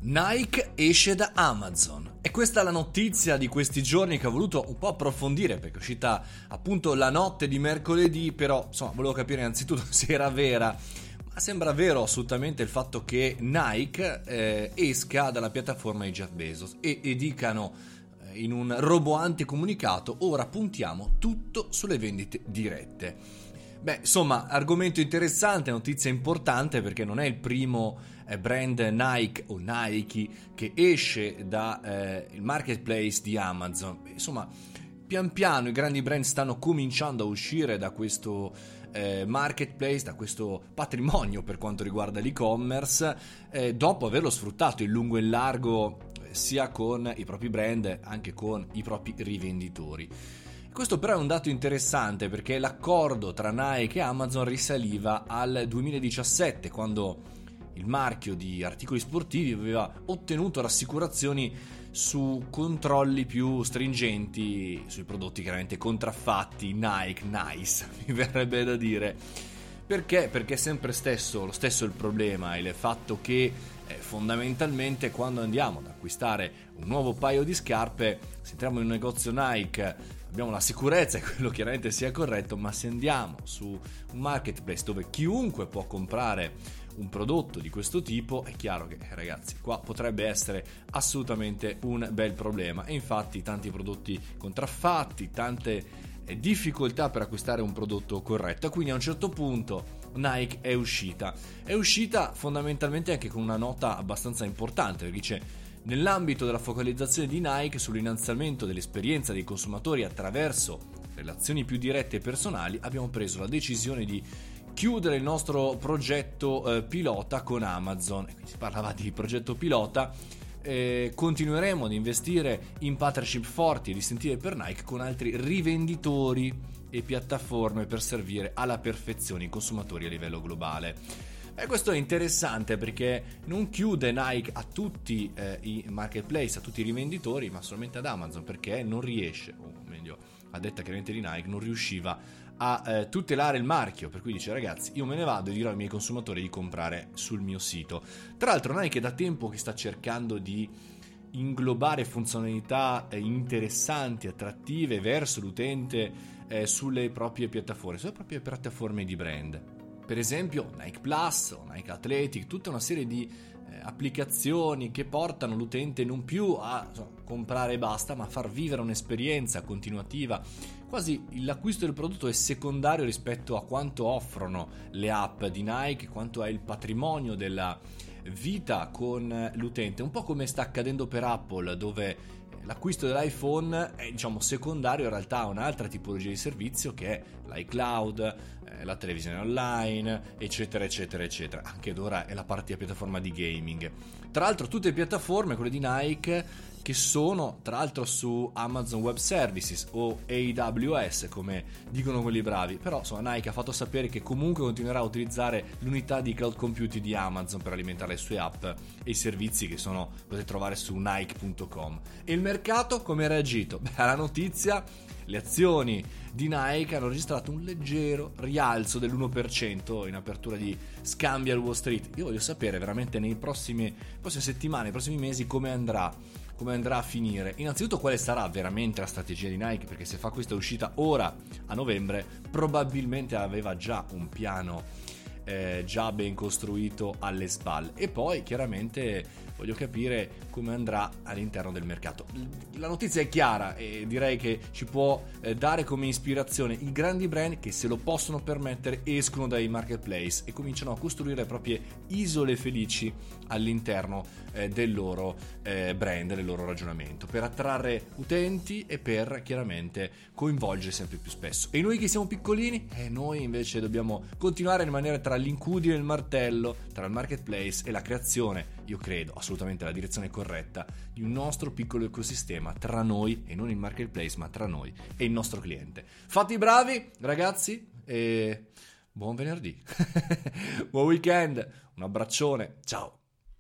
Nike esce da Amazon e questa è la notizia di questi giorni che ho voluto un po' approfondire perché è uscita appunto la notte di mercoledì, però insomma volevo capire innanzitutto se era vera, ma sembra vero assolutamente il fatto che Nike esca dalla piattaforma di Jeff Bezos e dicano in un roboante comunicato: ora puntiamo tutto sulle vendite dirette. Beh, insomma, argomento interessante, notizia importante perché non è il primo brand Nike o Nike che esce da il marketplace di Amazon. Insomma, pian piano i grandi brand stanno cominciando a uscire da questo marketplace, da questo patrimonio per quanto riguarda l'e-commerce, dopo averlo sfruttato in lungo e in largo sia con i propri brand anche con i propri rivenditori. Questo però è un dato interessante perché l'accordo tra Nike e Amazon risaliva al 2017, quando il marchio di articoli sportivi aveva ottenuto rassicurazioni su controlli più stringenti sui prodotti chiaramente contraffatti Nike, nice, mi verrebbe da dire. Perché? Perché è sempre lo stesso il problema, il fatto che fondamentalmente quando andiamo ad acquistare un nuovo paio di scarpe, se entriamo in un negozio Nike abbiamo la sicurezza che quello chiaramente sia corretto, ma se andiamo su un marketplace dove chiunque può comprare un prodotto di questo tipo, è chiaro che ragazzi qua potrebbe essere assolutamente un bel problema. E infatti tanti prodotti contraffatti, tante difficoltà per acquistare un prodotto corretto, quindi a un certo punto Nike è uscita fondamentalmente anche con una nota abbastanza importante, perché dice: nell'ambito della focalizzazione di Nike sull'innalzamento dell'esperienza dei consumatori attraverso relazioni più dirette e personali, abbiamo preso la decisione di chiudere il nostro progetto pilota con Amazon. E quindi si parlava di progetto pilota. Continueremo ad investire in partnership forti e distintive per Nike con altri rivenditori e piattaforme per servire alla perfezione i consumatori a livello globale. E questo è interessante perché non chiude Nike a tutti i marketplace, a tutti i rivenditori, ma solamente ad Amazon, perché non riesce, o meglio a detta chiaramente di Nike, non riusciva a tutelare il marchio, per cui dice: ragazzi, io me ne vado e dirò ai miei consumatori di comprare sul mio sito. Tra l'altro Nike è da tempo che sta cercando di inglobare funzionalità interessanti, attrattive verso l'utente sulle proprie piattaforme di brand. Per esempio Nike Plus o Nike Athletic, tutta una serie di applicazioni che portano l'utente non più a comprare e basta, ma a far vivere un'esperienza continuativa. Quasi l'acquisto del prodotto è secondario rispetto a quanto offrono le app di Nike, quanto è il patrimonio della vita con l'utente, un po' come sta accadendo per Apple, dove l'acquisto dell'iPhone è secondario in realtà a un'altra tipologia di servizio che è l'iCloud, la televisione online, eccetera eccetera eccetera. Anche d'ora è la parte di piattaforma di gaming. Tra l'altro tutte piattaforme, quelle di Nike, che sono tra l'altro su Amazon Web Services o AWS come dicono quelli bravi. Però insomma Nike ha fatto sapere che comunque continuerà a utilizzare l'unità di cloud computing di Amazon per alimentare le sue app e i servizi che potete trovare su Nike.com. E il mercato come ha reagito? Alla notizia le azioni di Nike hanno registrato un leggero rialzo dell'1% in apertura di scambi al Wall Street. Io voglio sapere veramente prossime settimane, nei prossimi mesi come andrà a finire. Innanzitutto quale sarà veramente la strategia di Nike, perché se fa questa uscita ora a novembre probabilmente aveva già un piano già ben costruito alle spalle. E poi chiaramente voglio capire come andrà all'interno del mercato. La notizia è chiara e direi che ci può dare come ispirazione i grandi brand che se lo possono permettere escono dai marketplace e cominciano a costruire le proprie isole felici all'interno del loro brand, del loro ragionamento, per attrarre utenti e per chiaramente coinvolgere sempre più spesso. E noi che siamo piccolini, noi invece dobbiamo continuare a rimanere tra l'incudine e il martello, tra il marketplace e la creazione, io credo assolutamente la direzione corretta, di un nostro piccolo ecosistema tra noi, e non il marketplace ma tra noi e il nostro cliente. Fate i bravi ragazzi e buon venerdì. Buon weekend, un abbraccione, ciao.